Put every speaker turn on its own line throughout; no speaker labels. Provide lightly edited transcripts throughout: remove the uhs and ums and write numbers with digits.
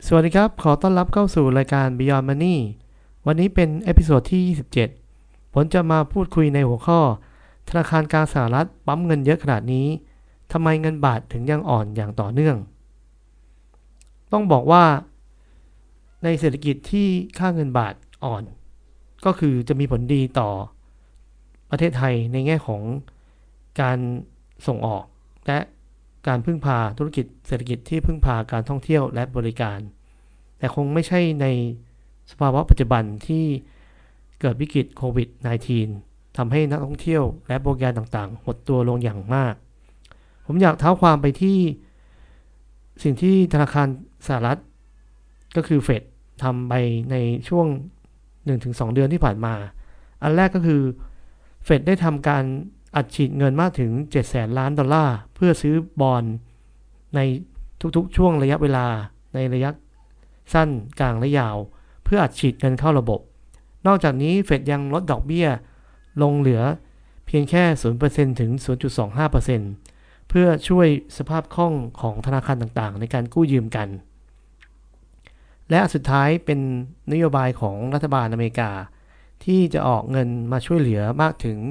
สวัสดีครับขอต้อนรับเข้าสู่รายการ Beyond Money วันนี้เป็นเอพิโซดที่27ผมจะมาพูดคุยในหัวข้อธนาคารกลางสหรัฐปั๊มเงินเยอะขนาดนี้ทำไมเงินบาทถึงยังอ่อนอย่างต่อเนื่องต้องบอกว่าในเศรษฐกิจที่ค่าเงินบาทอ่อนก็คือจะมีผลดีต่อประเทศไทยในแง่ของการส่งออกและการพึ่งพาธุรกิจเศรษฐกิจที่พึ่งพาการท่องเที่ยวและบริการแต่คงไม่ใช่ในสภาวะปัจจุบันที่เกิดวิกฤตโควิด -19 ทำให้นักท่องเที่ยวและบริการต่างๆหดตัวลงอย่างมากผมอยากเท้าความไปที่สิ่งที่ธนาคารสหรัฐก็คือเฟดทำไปในช่วง 1-2 เดือนที่ผ่านมาอันแรกก็คือเฟดได้ทำการอัดฉีดเงินมากถึง 700,000 ล้านดอลลาร์เพื่อซื้อบอนด์ในทุกๆช่วงระยะเวลาในระยะสั้นกลางและยาวเพื่ออัดฉีดเงินเข้าระบบนอกจากนี้เฟดยังลดดอกเบี้ยลงเหลือเพียงแค่ 0% ถึง 0.25% เพื่อช่วยสภาพคล่องของธนาคารต่างๆในการกู้ยืมกันและสุดท้ายเป็นนโยบายของรัฐบาลอเมริกาที่จะออกเงินมาช่วยเหลือมากถึง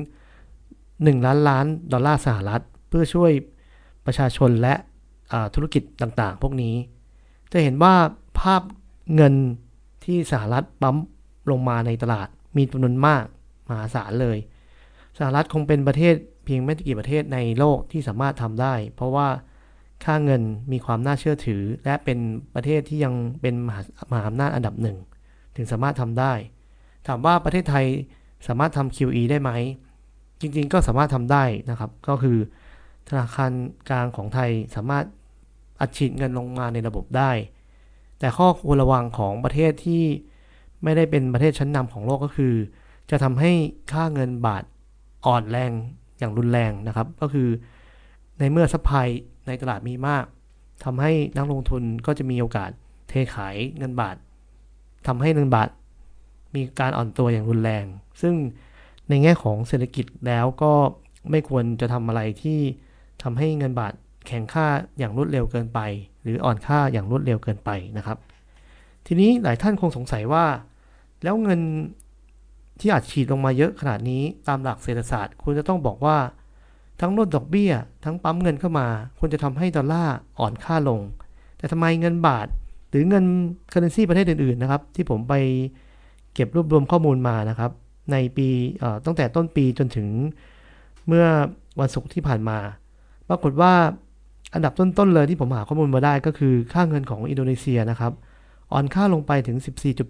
1 ล้านล้านดอลลาร์สหรัฐเพื่อช่วยประชาชนและธุรกิจต่างๆพวกนี้จะเห็นว่าภาพเงินที่สหรัฐปั๊มลงมาในตลาดมีจำนวนมากมหาศาลเลยสหรัฐคงเป็นประเทศเพียงไม่กี่ประเทศในโลกที่สามารถทำได้เพราะว่าค่าเงินมีความน่าเชื่อถือและเป็นประเทศที่ยังเป็นมหาอำนาจอันดับหนึ่งถึงสามารถทำได้ถามว่าประเทศไทยสามารถทำ QE ได้ไหมจริงๆก็สามารถทำได้นะครับก็คือธนาคารกลางของไทยสามารถอัดฉีดเงินลงมาในระบบได้แต่ข้อควรระวังของประเทศที่ไม่ได้เป็นประเทศชั้นนำของโลกก็คือจะทำให้ค่าเงินบาทอ่อนแรงอย่างรุนแรงนะครับก็คือในเมื่อซัพพลายในตลาดมีมากทำให้นักลงทุนก็จะมีโอกาสเทขายเงินบาททำให้เงินบาทมีการอ่อนตัวอย่างรุนแรงซึ่งในแง่ของเศรษฐกิจแล้วก็ไม่ควรจะทำอะไรที่ทำให้เงินบาทแข็งค่าอย่างรวดเร็วเกินไปหรืออ่อนค่าอย่างรวดเร็วเกินไปนะครับทีนี้หลายท่านคงสงสัยว่าแล้วเงินที่อัดฉีดลงมาเยอะขนาดนี้ตามหลักเศรษฐศาสตร์คุณจะต้องบอกว่าทั้งลดดอกเบี้ยทั้งปั๊มเงินเข้ามาควรจะทำให้ดอลลาร์อ่อนค่าลงแต่ทำไมเงินบาทหรือเงินเคอร์เรนซีประเทศอื่นๆนะครับที่ผมไปเก็บรวบรวมข้อมูลมานะครับในปีตั้งแต่ต้นปีจนถึงเมื่อวันศุกร์ที่ผ่านมาปรากฏว่าอันดับต้นๆเลยที่ผมหาข้อมูลมาได้ก็คือค่าเงินของอินโดนีเซียนะครับอ่อนค่าลงไปถึง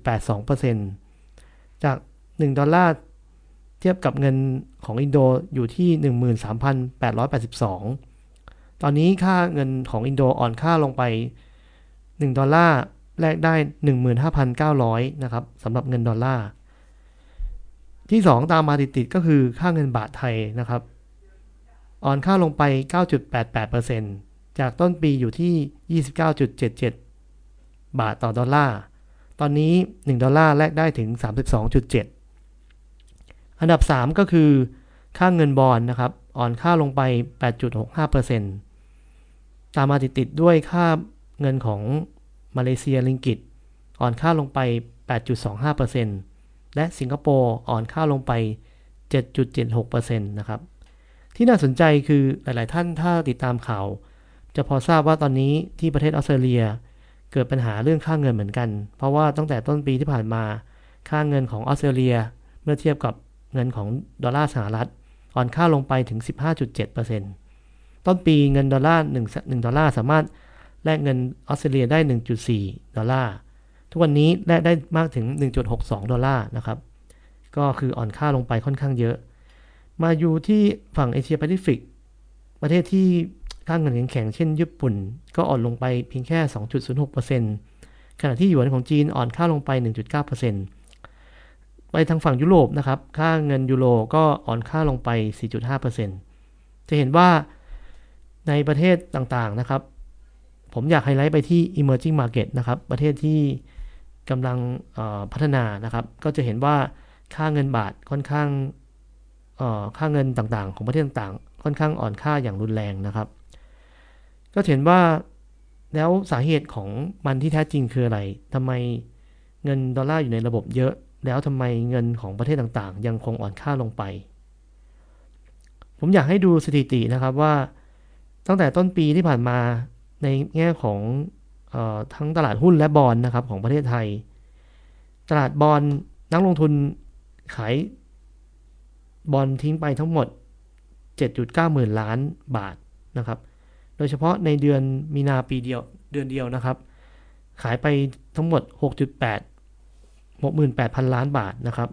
14.82% จาก1ดอลลาร์เทียบกับเงินของอินโดอยู่ที่ 13,882 ตอนนี้ค่าเงินของอินโดอ่อนค่าลงไป1ดอลลาร์แลกได้ 15,900 นะครับสำหรับเงินดอลลาร์ที่2ตามมาติดๆก็คือค่าเงินบาทไทยนะครับอ่อนค่าลงไป 9.88% จากต้นปีอยู่ที่ 29.77 บาทต่อดอลลาร์ตอนนี้1ดอลลาร์แลกได้ถึง 32.7 อันดับ3ก็คือค่าเงินบอนด์นะครับอ่อนค่าลงไป 8.65% ตามมาติดๆด้วยค่าเงินของมาเลเซียริงกิตอ่อนค่าลงไป 8.25% และสิงคโปร์อ่อนค่าลงไป 7.76% นะครับที่น่าสนใจคือหลายๆท่านถ้าติดตามข่าวจะพอทราบว่าตอนนี้ที่ประเทศออสเตรเลียเกิดปัญหาเรื่องค่าเงินเหมือนกันเพราะว่าตั้งแต่ต้นปีที่ผ่านมาค่าเงินของออสเตรเลียเมื่อเทียบกับเงินของดอลลาร์สหรัฐอ่อนค่าลงไปถึง 15.7% ต้นปีเงินดอลลาร์1ดอลลาร์สามารถแลกเงินออสเตรเลียได้ 1.4 ดอลลาร์ทุกวันนี้แลกได้มากถึง 1.62 ดอลลาร์นะครับก็คืออ่อนค่าลงไปค่อนข้างเยอะมาอยู่ที่ฝั่งเอเชียแปซิฟิกประเทศที่ค่าเงินแข็งๆเช่นญี่ปุ่นก็อ่อนลงไปเพียงแค่ 2.06% ขณะที่หยวนของจีนอ่อนค่าลงไป 1.9% ไปทางฝั่งยุโรปนะครับค่าเงินยูโรก็อ่อนค่าลงไป 4.5% จะเห็นว่าในประเทศต่างๆนะครับผมอยากไฮไลท์ไปที่ emerging market นะครับประเทศที่กำลังพัฒนานะครับก็จะเห็นว่าค่าเงินบาทค่อนข้างค่าเงินต่างๆของประเทศต่างๆค่อนข้างอ่อนค่าอย่างรุนแรงนะครับก็เห็นว่าแล้วสาเหตุของมันที่แท้จริงคืออะไรทำไมเงินดอลลาร์อยู่ในระบบเยอะแล้วทำไมเงินของประเทศต่างๆยังคงอ่อนค่าลงไปผมอยากให้ดูสถิตินะครับว่าตั้งแต่ต้นปีที่ผ่านมาในแง่ของทั้งตลาดหุ้นและบอนด์นะครับของประเทศไทยตลาดบอนด์นักลงทุนขายบอนด์ทิ้งไปทั้งหมด 7.9 หมื่นล้านบาทนะครับโดยเฉพาะในเดือนมีนาปีเดียวเดือนเดียวนะครับขายไปทั้งหมด 68,000 ล้านบาทนะครับ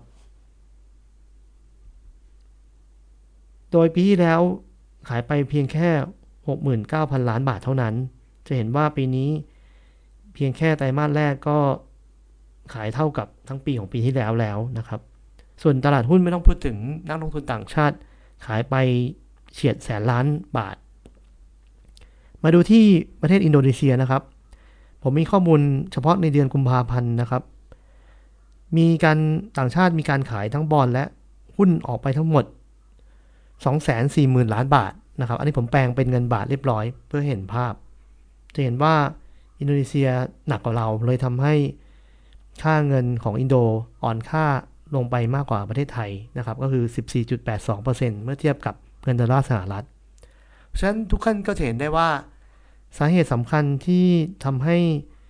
โดยปีที่แล้วขายไปเพียงแค่ 69,000 ล้านบาทเท่านั้นจะเห็นว่าปีนี้เพียงแค่ไตรมาสแรกก็ขายเท่ากับทั้งปีของปีที่แล้วนะครับส่วนตลาดหุ้นไม่ต้องพูดถึงนักลงทุนต่างชาติขายไปเฉียดแสนล้านบาทมาดูที่ประเทศอินโดนีเซียนะครับผมมีข้อมูลเฉพาะในเดือนกุมภาพันธ์นะครับมีการต่างชาติมีการขายทั้งบอนด์และหุ้นออกไปทั้งหมด 240,000 ล้านบาทนะครับอันนี้ผมแปลงเป็นเงินบาทเรียบร้อยเพื่อเห็นภาพจะเห็นว่าอินโดนีเซียหนักกว่าเราเลยทำให้ค่าเงินของอินโดอ่อนค่าลงไปมากกว่าประเทศไทยนะครับก็คือ 14.82% เมื่อเทียบกับเงินดอลลาร์สหรัฐเพราะฉะนั้นทุกท่านก็เห็นได้ว่าสาเหตุสำคัญที่ทำให้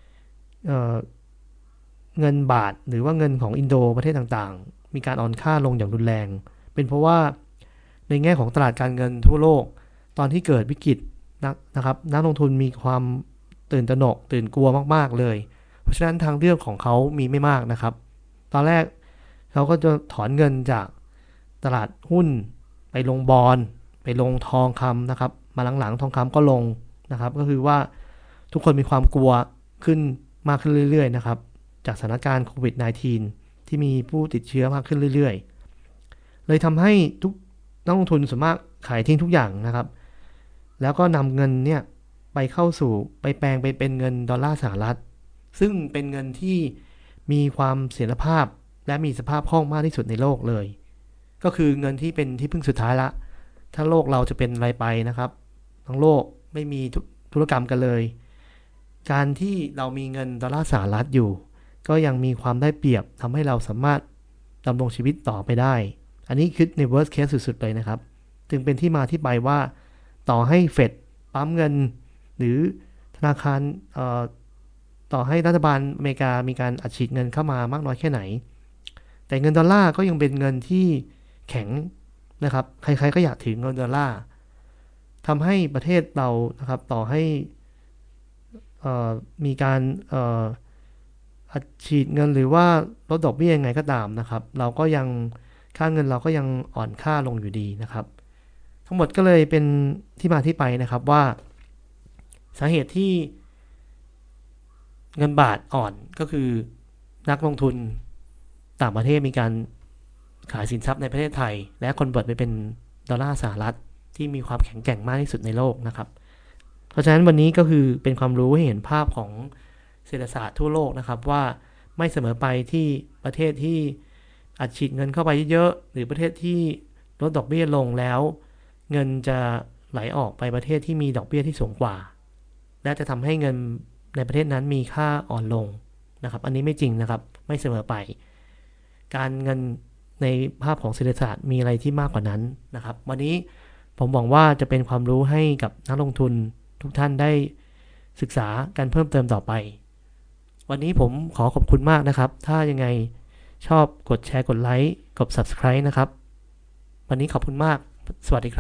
เงินบาทหรือว่าเงินของอินโดประเทศต่างๆมีการอ่อนค่าลงอย่างรุนแรงเป็นเพราะว่าในแง่ของตลาดการเงินทั่วโลกตอนที่เกิดวิกฤตนะครับนักลงทุนมีความตื่นตระหนกตื่นกลัวมากๆเลยเพราะฉะนั้นทางเลือกของเขามีไม่มากนะครับตอนแรกเขาก็จะถอนเงินจากตลาดหุ้นไปลงบอนด์ไปลงทองคำนะครับมาหลังๆทองคำก็ลงนะครับก็คือว่าทุกคนมีความกลัวขึ้นมากขึ้นเรื่อยๆนะครับจากสถานการณ์โควิด -19 ที่มีผู้ติดเชื้อมากขึ้นเรื่อยๆเลยทำให้ทุกนักลงทุนส่วนมากขายทิ้งทุกอย่างนะครับแล้วก็นำเงินเนี่ยไปเข้าสู่ไปแปลงไปเป็นเงินดอลลาร์สหรัฐซึ่งเป็นเงินที่มีความเสถียรภาพและมีสภาพคล่องมากที่สุดในโลกเลยก็คือเงินที่เป็นที่พึ่งสุดท้ายละถ้าโลกเราจะเป็นอะไรไปนะครับทั้งโลกไม่มีธุรกรรมกันเลยการที่เรามีเงินดอลลาร์สหรัฐอยู่ก็ยังมีความได้เปรียบทำให้เราสามารถดำรงชีวิตต่อไปได้อันนี้คือใน worst case สุดๆเลยนะครับจึงเป็นที่มาที่ไปว่าต่อให้เฟดปั๊มเงินหรือธนาคารต่อให้รัฐบาลอเมริกามีการอัดฉีดเงินเข้ามามากน้อยแค่ไหนแต่เงินดอลลาร์ก็ยังเป็นเงินที่แข็งนะครับใครๆก็อยากถือเงินดอลลาร์ทำให้ประเทศเรานะครับต่อให้มีการอัดฉีดเงินหรือว่าลดดอกเบี้ยยังไงก็ตามนะครับเราก็ยังค่าเงินเราก็ยังอ่อนค่าลงอยู่ดีนะครับทั้งหมดก็เลยเป็นที่มาที่ไปนะครับว่าสาเหตุที่เงินบาทอ่อนก็คือนักลงทุนต่างประเทศมีการขายสินทรัพย์ในประเทศไทยและคอนเวิร์ตไปเป็นดอลลาร์สหรัฐที่มีความแข็งแกร่งมากที่สุดในโลกนะครับเพราะฉะนั้นวันนี้ก็คือเป็นความรู้ให้เห็นภาพของเศรษฐศาสตร์ทั่วโลกนะครับว่าไม่เสมอไปที่ประเทศที่อัดฉีดเงินเข้าไปเยอะหรือประเทศที่ลดดอกเบี้ยลงแล้วเงินจะไหลออกไปประเทศที่มีดอกเบี้ยที่สูงกว่าและจะทำให้เงินในประเทศนั้นมีค่าอ่อนลงนะครับอันนี้ไม่จริงนะครับไม่เสมอไปการเงินในภาพของเศรษฐศาสตร์มีอะไรที่มากกว่านั้นนะครับวันนี้ผมหวังว่าจะเป็นความรู้ให้กับนักลงทุนทุกท่านได้ศึกษากันเพิ่มเติมต่อไปวันนี้ผมขอขอบคุณมากนะครับถ้ายังไงชอบกดแชร์กดไลค์กด Subscribe นะครับวันนี้ขอบคุณมากสวัสดีครับ